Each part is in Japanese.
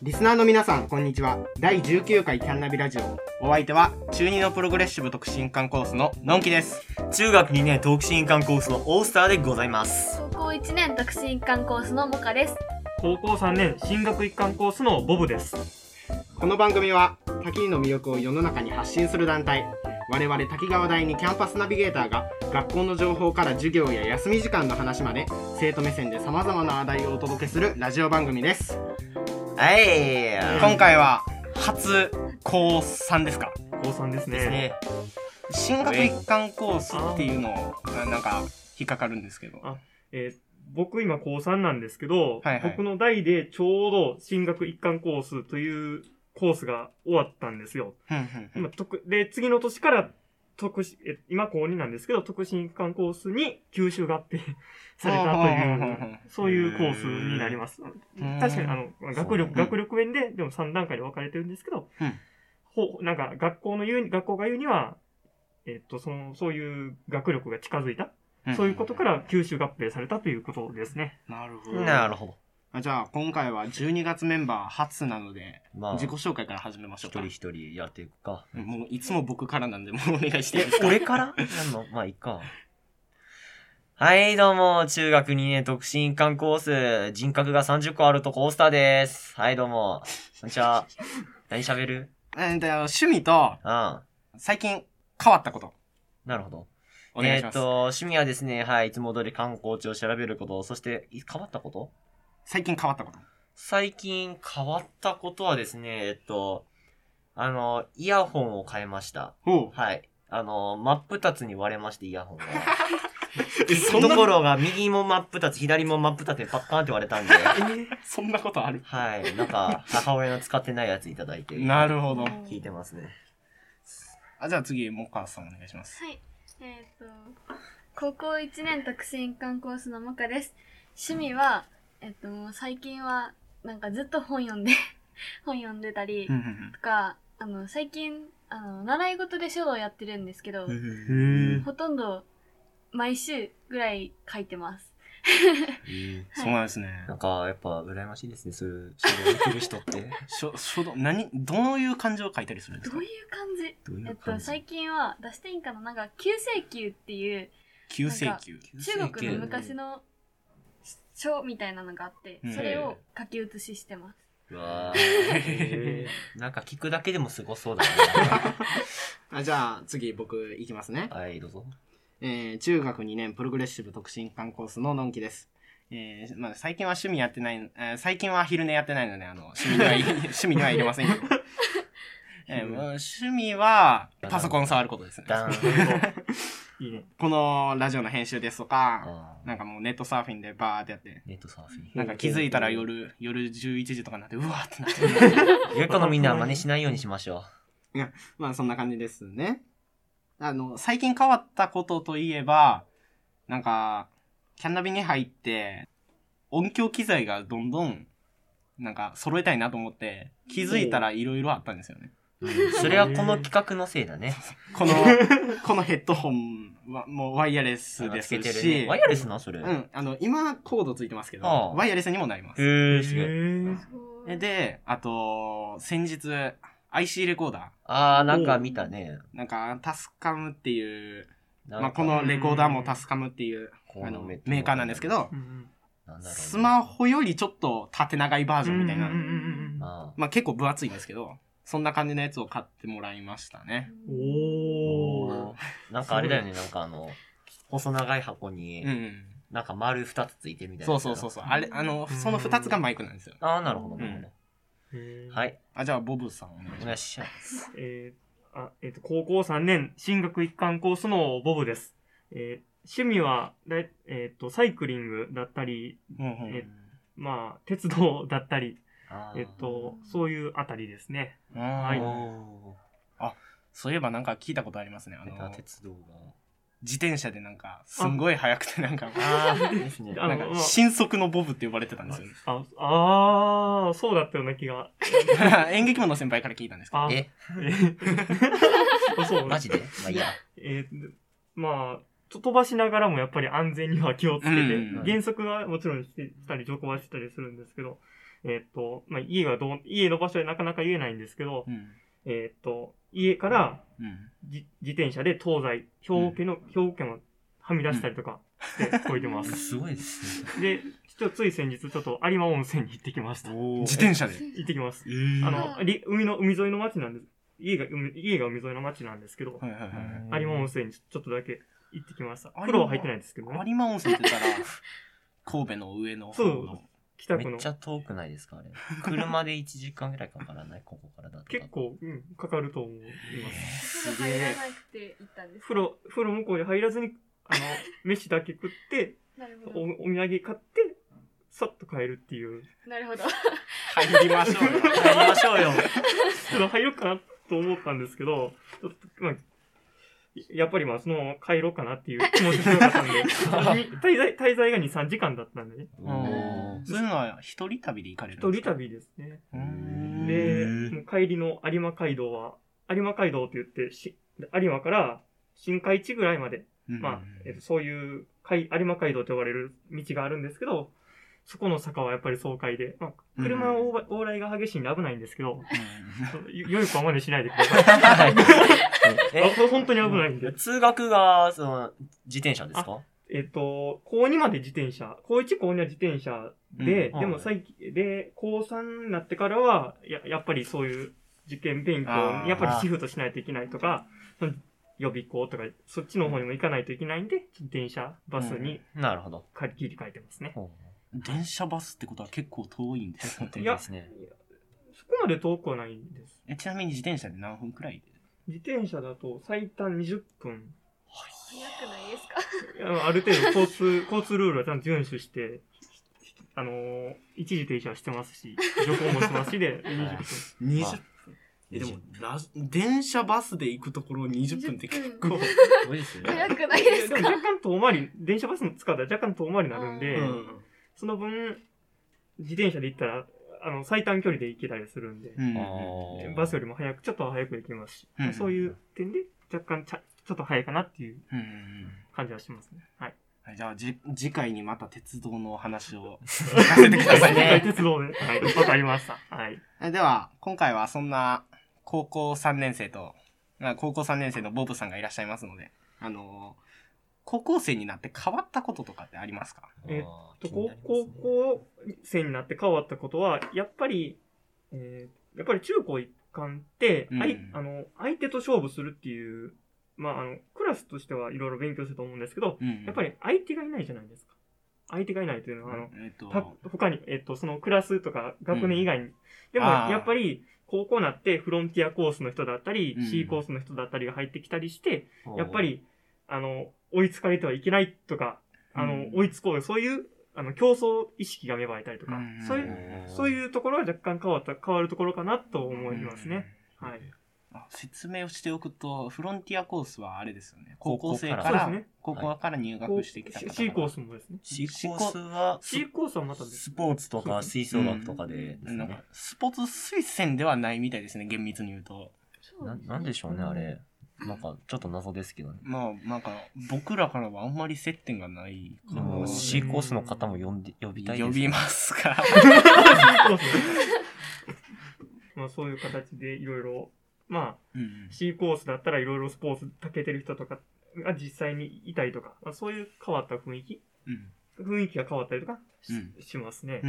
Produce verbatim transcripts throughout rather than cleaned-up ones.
リスナーの皆さんこんにちは。だいじゅうきゅうかいキャンナビラジオ、お相手は中にのプログレッシブ特進館コースののんきです。 中学にねん特進館コースのオースターでございます。 高校いちねん特進館コースのモカです。 高校さんねん進学一貫コースのボブです。 この番組は滝の魅力を世の中に発信する団体、我々滝川大にキャンパスナビゲーターが学校の情報から授業や休み時間の話まで生徒目線で様々な話題をお届けするラジオ番組です。 はい、 今回は初こうさんですか？ こうさんですね。 ですね。 進学一貫コースっていうのなんか引っかかるんですけど、 あ、えー、僕今こうさんなんですけど、 はいはい、 僕の代でちょうど進学一貫コースというコースが終わったんですよ。今特で次の年から特え今高になんですけど、特進一貫コースに吸収合併されたというそういうコースになります。確かにあの学力学力面ででもさん段階で分かれてるんですけど、うん、ほなんか学校の言う学校が言うにはえっとそのそういう学力が近づいた、うん、そういうことから吸収合併されたということですね。 なるほど。 なるほど。 あ、じゃあ今回はじゅうにがつメンバー初なので、まあ、自己紹介から始めましょうか。 一人一人やっていくか。 もういつも僕からなんでもうお願いしていいですか？ 俺からなんのまあいいか。はいどうも、中学にねん特進一貫コース、人格がさんじゅっこあるとコースターです。はいどうも。こんにちは。何喋る？ えっと、趣味と、 うん。 最近変わったこと。 なるほど。 お願いします。 えっと、趣味はですね、はい、いつも通り観光地を調べること、そして変わったこと最近変わったこと。 最近変わったことはですね、えっと、あの、イヤホンを変えました。はい。あの、真っ二つに割れまして、イヤホンが。そのところが右も真っ二つ、左も真っ二つにパッカーンって割れたんで。 そんなことある？ はい。なんか、母親の使ってないやついただいて。 なるほど。 聞いてますね。 あ、じゃあ次、もかさんお願いします。 はい。えっと、高校いちねん特進一貫コースのもかです。趣味は、えっと、最近は、なんかずっと本読んで、本読んでたり、とか、あの、最近、あの、習い事で書道やってるんですけど、ほとんど、毎週ぐらい書いてます。 そうなんですね。 なんか、やっぱ、羨ましいですね、そういう書道できる人って。 書、書道、何、どういう漢字を書いたりするんですか？ どういう感じ？ どういう感じ？ えっと、最近は、出していいんかな？なんか、九星球っていう、 九星球？ 中国の昔の、書みたいなのがあって、それを書き写ししてます。 うわーなんか聞くだけでもすごそうだね。 あ、じゃあ次僕行きますね。 はいどうぞ。 えー、中学にねんプログレッシブ特進館コースののんきです。えー、まあ最近は趣味やってない、えー、最近は昼寝やってないのであの趣味には趣味には入れませんけど。えー、趣味はパソコン触ることですね。いいね。このラジオの編集ですとか、なんかもうネットサーフィンでバーってやって、 ネットサーフィン。 なんか気づいたら夜、夜じゅういちじとかになって、うわーってなって。 よくのみんなは真似しないようにしましょう。いや、まあそんな感じですね。あの、最近変わったことといえば、なんか、キャンナビに入って、音響機材がどんどん、なんか揃えたいなと思って、気づいたら色々あったんですよね。 うん、それはこの企画のせいだね。 この、このヘッドホンはもうワイヤレスですし、 ね、ワイヤレスなそれ。 うん。あの、今コードついてますけど、ああワイヤレスにもなります。 へー、すげえ。で、あと、先日、アイシー レコーダー。 あー、なんか見たね。 なんか、タスカムっていう、まあ、このレコーダーもタスカムっていう、あの、メーカーなんですけど、ね、スマホよりちょっと縦長いバージョンみたいな。まあ結構分厚いんですけど、そんな感じのやつを買ってもらいましたね。 おー。なんかあれだよね、なんかあの、細長い箱に、なんか丸二つついてるみたいな。 そうそうそうそう。あれ、あの、その二つがマイクなんですよ。 ああ、なるほど、なるほど。はい。 あ、じゃあ、ボブさんお願いします。 えー、あ、えっと、高校さんねん進学一貫コースのボブです。えー、趣味は、えっと、サイクリングだったり、うんうんえー、まあ、鉄道だったり、えっと、そういうあたりですね。はい。 あ、そういえばなんか聞いたことありますね。あの、 鉄道が。 自転車でなんか、すんごい速くてなんか、 ああ、ですね。 なんか、新速のボブって呼ばれてたんですよね。 あ、ああ、そうだったような気が。 演劇部の先輩から聞いたんですけど。 えそうマジでまあいいや。 えー、まあ、飛ばしながらもやっぱり安全には気をつけて、うん、減速はもちろんしてたり、徐行はしてたりするんですけど、 えっと、まあ、家がどう、家の場所でなかなか言えないんですけど、うん、えっと、家から、うん、自転車で東西、兵庫県の、兵庫県をはみ出したりとかしてこいでます。 すごいですね。で、ちょっとつい先日ちょっと有馬温泉に行ってきました。 自転車で行ってきます。えー、あの、海の、海沿いの町なんです。家が、海、家が海沿いの町なんですけど、はいはいはい、有馬温泉にちょっとだけ行ってきました。風呂は入ってないですけどね。 有馬温泉って言ったら、神戸の上の方の。 そう。北区の。めっちゃ遠くないですかあれ。車でいちじかんぐらいかからないここからだと。 結構、うん、かかると思います。 風呂入らなくて行ったんですか？ 風呂、風呂向こうで入らずに、あの、飯だけ食って、お、お土産買って、さっと帰るっていう。 なるほど。 入りましょうよ。 入りましょうよ。 ちょっと入ろうかなと思ったんですけど、ちょっと、まあ、やっぱりまあそのまま帰ろうかなっていう気持ちがなかったんで、滞在、滞在がに、さんじかんだったんでね。 そういうのは一人旅で行かれるんですか？一人旅ですね。で、もう帰りの有馬街道は、有馬街道って言って、し有馬から新海地ぐらいまで、まあ、えっと、そういう有馬街道と呼ばれる道があるんですけど、そこの坂はやっぱり爽快で、まあ、車の往来が激しいんで危ないんですけど、良い子は真似しないでください。え本当に危ないんで。 通学が、その、自転車ですか？ えっと、高にまで自転車、高いち、高には自転車で、うん、でも最近、で、高さんになってからは、や、やっぱりそういう受験勉強にやっぱりシフトしないといけないとか、予備校とか、そっちの方にも行かないといけないんで、自転車、バスに、 うん、なるほど。 切り替えてますね。 電車バスってことは結構遠いんですね。いや、そこまで遠くはないんです。 え、ちなみに自転車で何分くらいで？ 自転車だと最短にじゅっぷん。 早くないですか？ いやある程度交通、交通ルールはちゃんと遵守して、あのー、一時停車してますし、徐行もしますしで、にじゅっぷん。 にじゅっぷん。え、でも、ラ電車バスで行くところにじゅっぷんって結構、 多いですよね。 早くないですか？ でも若干遠回り、電車バスの使ったら若干遠回りになるんで、うん、その分、自転車で行ったら、あの、最短距離で行けたりするんで、うん、バスよりも早く、ちょっと早く行きますし、うん、そういう点で若干ちゃちょっと早いかなっていう感じはしますね。はい。 はい、じゃあ、じ、次回にまた鉄道の話を聞かせてくださいね。 鉄道で。はい。わかりました。はい。 では、今回はそんな高校さんねん生と、高校さんねん生のボブさんがいらっしゃいますので、あのー、高校生になって変わったこととかってありますか？ えっと、高校生になって変わったことは、やっぱり、えー、やっぱり中高一貫って、うん、あいあの、相手と勝負するっていう、まあ、あの、クラスとしてはいろいろ勉強すると思うんですけど、うん、やっぱり相手がいないじゃないですか。相手がいないというのは、あの、えっと、他に、えっと、そのクラスとか学年以外に。うん、でも、やっぱり、高校になってフロンティアコースの人だったり、うん、C コースの人だったりが入ってきたりして、やっぱり、あの、追いつかれてはいけないとか、あの、うん、追いつこうよ、そういう、あの、競争意識が芽生えたりとか、うん、そういう、そういうところは若干変わった、変わるところかなと思いますね。うん、はい。 あ、説明をしておくと、フロンティアコースはあれですよね。高校生から、ね、高校から入学してきた方、はい、 C コースもですね。 C コースは、 C コースはまたです。 スポーツとか吹奏楽とかでですね、 うん、なんかスポーツ推薦ではないみたいですね、厳密に言うと。 な、なんでしょうね、あれ。なんか、ちょっと謎ですけどね。 まあ、なんか、僕らからはあんまり接点がないかな。も C コースの方も呼んで、呼びたいです、 ね。呼びますか。 まあ、そういう形でいろいろ、まあ、うん、C コースだったらいろいろスポーツたけてる人とかが実際にいたりとか、まあ、そういう変わった雰囲気、うん、雰囲気が変わったりとか し,、うん、しますね。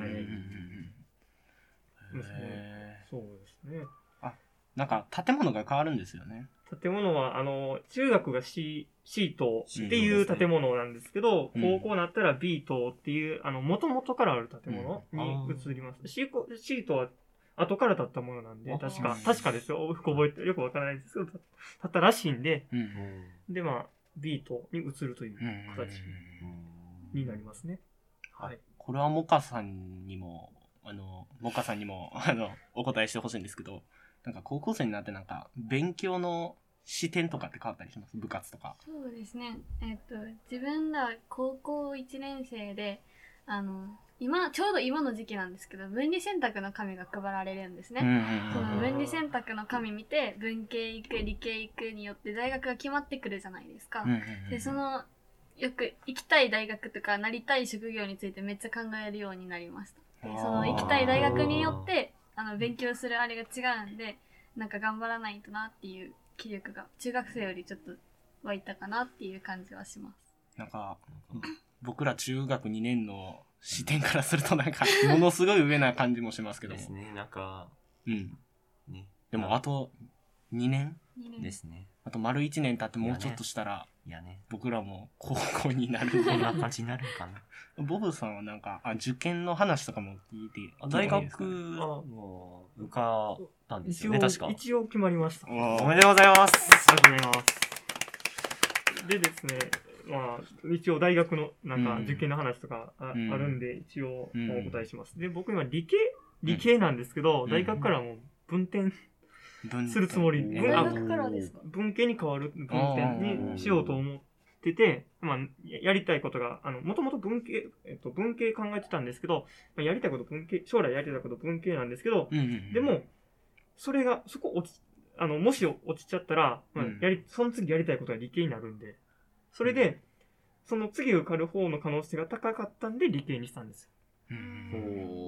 そうですね。 なんか建物が変わるんですよね。 建物は、あの、中学が C、C 棟っていう建物なんですけど、ね、高校になったら B 棟っていう、あの、元々からある建物に移ります。うん、C, C 棟は後から建ったものなんで、確か、確かですよ。よく覚えて、よくわからないですけど、建ったらしいんで、うんうん、で、まあ、B 棟に移るという形になりますね。 はい。これはモカさんにも、あの、モカさんにも、あの、お答えしてほしいんですけど、なんか高校生になってなんか勉強の視点とかって変わったりします？部活とか。 そうですね。えっと自分ら高校いちねん生であの今ちょうど今の時期なんですけど分離選択の紙が配られるんですね。その分離選択の紙見て文系行く理系行くによって大学が決まってくるじゃないですか。でそのよく行きたい大学とかなりたい職業についてめっちゃ考えるようになりました。 その行きたい大学によってあの勉強するあれが違うんで、なんか頑張らないとなっていう気力が中学生よりちょっと湧いたかなっていう感じはします。 なんか僕ら中学にねんの視点からするとなんかものすごい上な感じもしますけどもですね。なんかうんね、でもあとにねんですね。 あと丸いちねん経ってもうちょっとしたらいやね、 僕らも高校になるこんな感じになるかな。 ボブさんはなんかあ受験の話とかも聞いて大学も受かったんですよね、確か。 一応決まりました。 おめでとうございます。 ありがとうございます。でですね、まあ一応大学のなんか受験の話とか あ,、うん、あるんで一応お答えします。で、僕今理系理系なんですけど、うん、大学からも分転するつもり、 大学からですか？ 文系に変わる分転にしようと思ってて、まあ、やりたいことが、あの、もともと文系、えっと、文系考えてたんですけど、まあ、やりたいこと文系、将来やりたいこと文系なんですけど、 うんうんうん、 でも、それが、そこ落ち、あの、もし落ちちゃったら、まあ、やり、その次やりたいことが理系になるんで、それで、うん、その次受かる方の可能性が高かったんで理系にしたんですよ。 うん、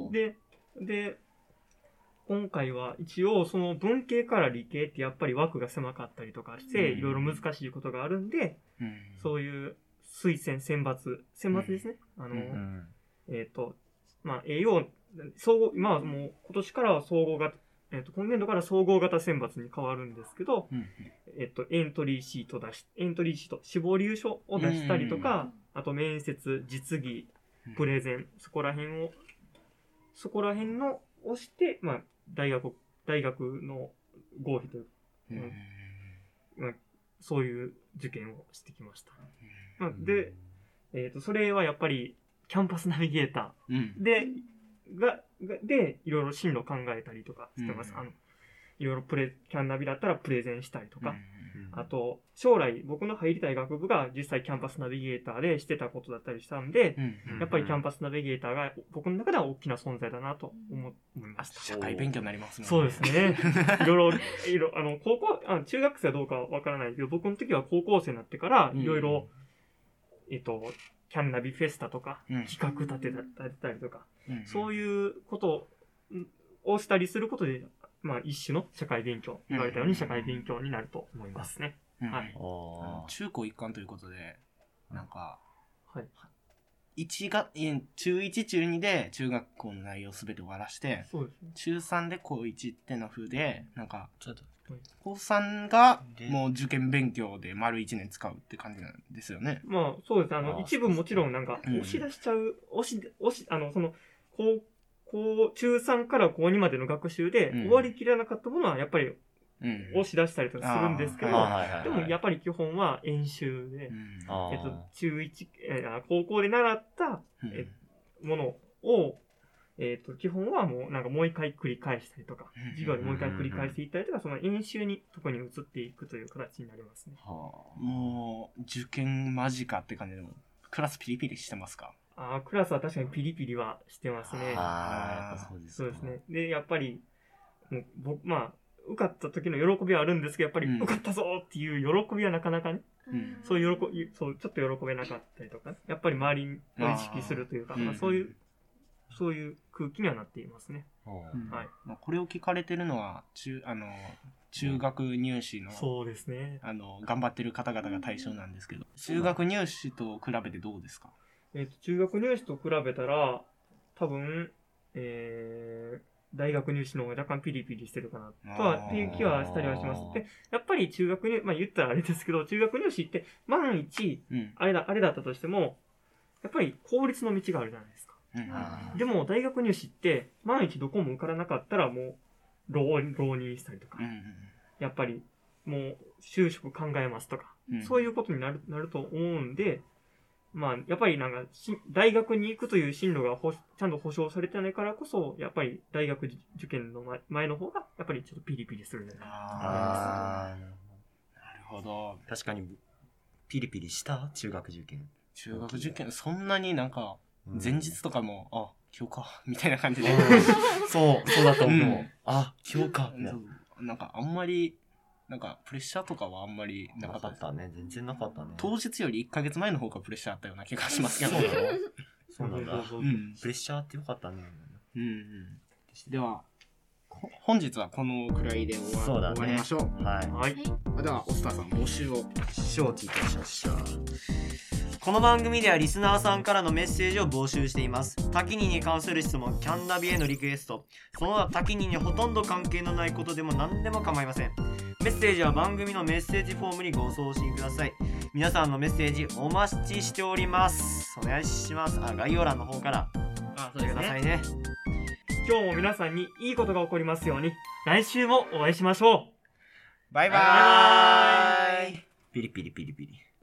で、で、今回は一応その文系から理系ってやっぱり枠が狭かったりとかしていろいろ難しいことがあるんで、うん、そういう推薦選抜選抜ですね、うん、あの、うん、えっ、ー、とまあ栄養総合今はもう今年からは総合型、えっ、ー、と今年度から総合型選抜に変わるんですけど、うん、えっ、ー、とエントリーシート出しエントリーシート志望理由書を出したりとか、あと面接実技プレゼンそこら辺をそこら辺のをしてまあ大学、大学の合否というか、うんまあ、そういう受験をしてきました。まあ、で、えっと、それはやっぱり、キャンパスナビゲーターで、うん、が、がで、いろいろ進路考えたりとかしてます。うん、あの、いろいろプレ、キャンナビだったらプレゼンしたりとか、うんあと、将来僕の入りたい学部が実際キャンパスナビゲーターでしてたことだったりしたんで、うん、やっぱりキャンパスナビゲーターが僕の中では大きな存在だなと思いました。 社会勉強になりますね。 そうですね。いろいろ、いろ、あの、高校、あ中学生はどうかわからないけど、僕の時は高校生になってから、いろいろ、えっと、キャンナビフェスタとか、企画立てたりとか、うん、そういうことをしたりすることで、まあ一種の社会勉強、言われたように社会勉強になると思いますね。 うん、はい。中高一貫ということで、なんか、 はい。 一が、中いち、中にで中学校の内容すべて終わらして、 そうですね。 中さんで高いちっての風で、なんか、高さんがもう受験勉強で丸いちねん使うって感じなんですよね。 まあそうです。あの、一部もちろんなんか、押し出しちゃう、押し、押し、あの、その、高こう、中さんから高にまでの学習で、終わりきらなかったものは、やっぱり、押し出したりとかするんですけど、でもやっぱり基本は演習で、えっと、中いち、えー、高校で習った、えものを、えっと、基本はもうなんかもう一回繰り返したりとか、授業でもう一回繰り返していったりとか、その演習に特に移っていくという形になりますね。 はあ、もう、受験間近って感じでも、クラスピリピリしてますか？ ああ、クラスは確かにピリピリはしてますね。 ああ、そうです。 そうですね。で、やっぱり、もう僕、まあ、受かった時の喜びはあるんですけど、やっぱり、受かったぞっていう喜びはなかなかね、うん、そういう喜び、そう、ちょっと喜べなかったりとか、ね、やっぱり周りを意識するというか、まあ、そういう、そういう空気にはなっていますね。 うんはいまあ、これを聞かれてるのは、中、あの、中学入試の、 そうですね。 あの、頑張ってる方々が対象なんですけど、中学入試と比べてどうですか？ えっと、中学入試と比べたら、多分、えー、大学入試の方が若干ピリピリしてるかな、とは、っていう気はしたりはします。で、やっぱり中学入、まあ言ったらあれですけど、中学入試って、万一、あれだ、あれだったとしても、やっぱり公立の道があるじゃないですか。うん、でも、大学入試って、万一どこも受からなかったら、もう、浪、浪人したりとか、うん、やっぱり、もう、就職考えますとか、うん、そういうことになる、なると思うんで、まあ、やっぱりなんか、大学に行くという進路がほちゃんと保証されてないからこそ、やっぱり大学受験の前の方が、やっぱりちょっとピリピリするんじゃないかなと思います。 なるほど。 確かに、ピリピリした中学受験。 中学受験、そんなになんか、前日とかも、うん、あ、今日か、みたいな感じで。 そう、そうだと思う。うん、あ、今日か。 なんか、あんまり、なんか、プレッシャーとかはあんまりなかった。 なかったね。全然なかったね。 当日よりいっかげつまえの方がプレッシャーあったような気がしますけど。 そうなのそうなんだ。うん。プレッシャーってよかったね。 うんうん。では、本日はこのくらいで終わ、ね、終わりましょう。 はい。 はい。 では、オスターさん、募集を。 承知いたしました。この番組ではリスナーさんからのメッセージを募集しています。タキニに関する質問、キャンナビへのリクエスト、その他タキニにほとんど関係のないことでも何でも構いません。メッセージは番組のメッセージフォームにご送信ください。皆さんのメッセージお待ちしております。お願いします。あ、概要欄の方からあ、そうですね。 くださいね。 今日も皆さんにいいことが起こりますように、来週もお会いしましょう。 バイバーイ。 ピリピリピリピリ。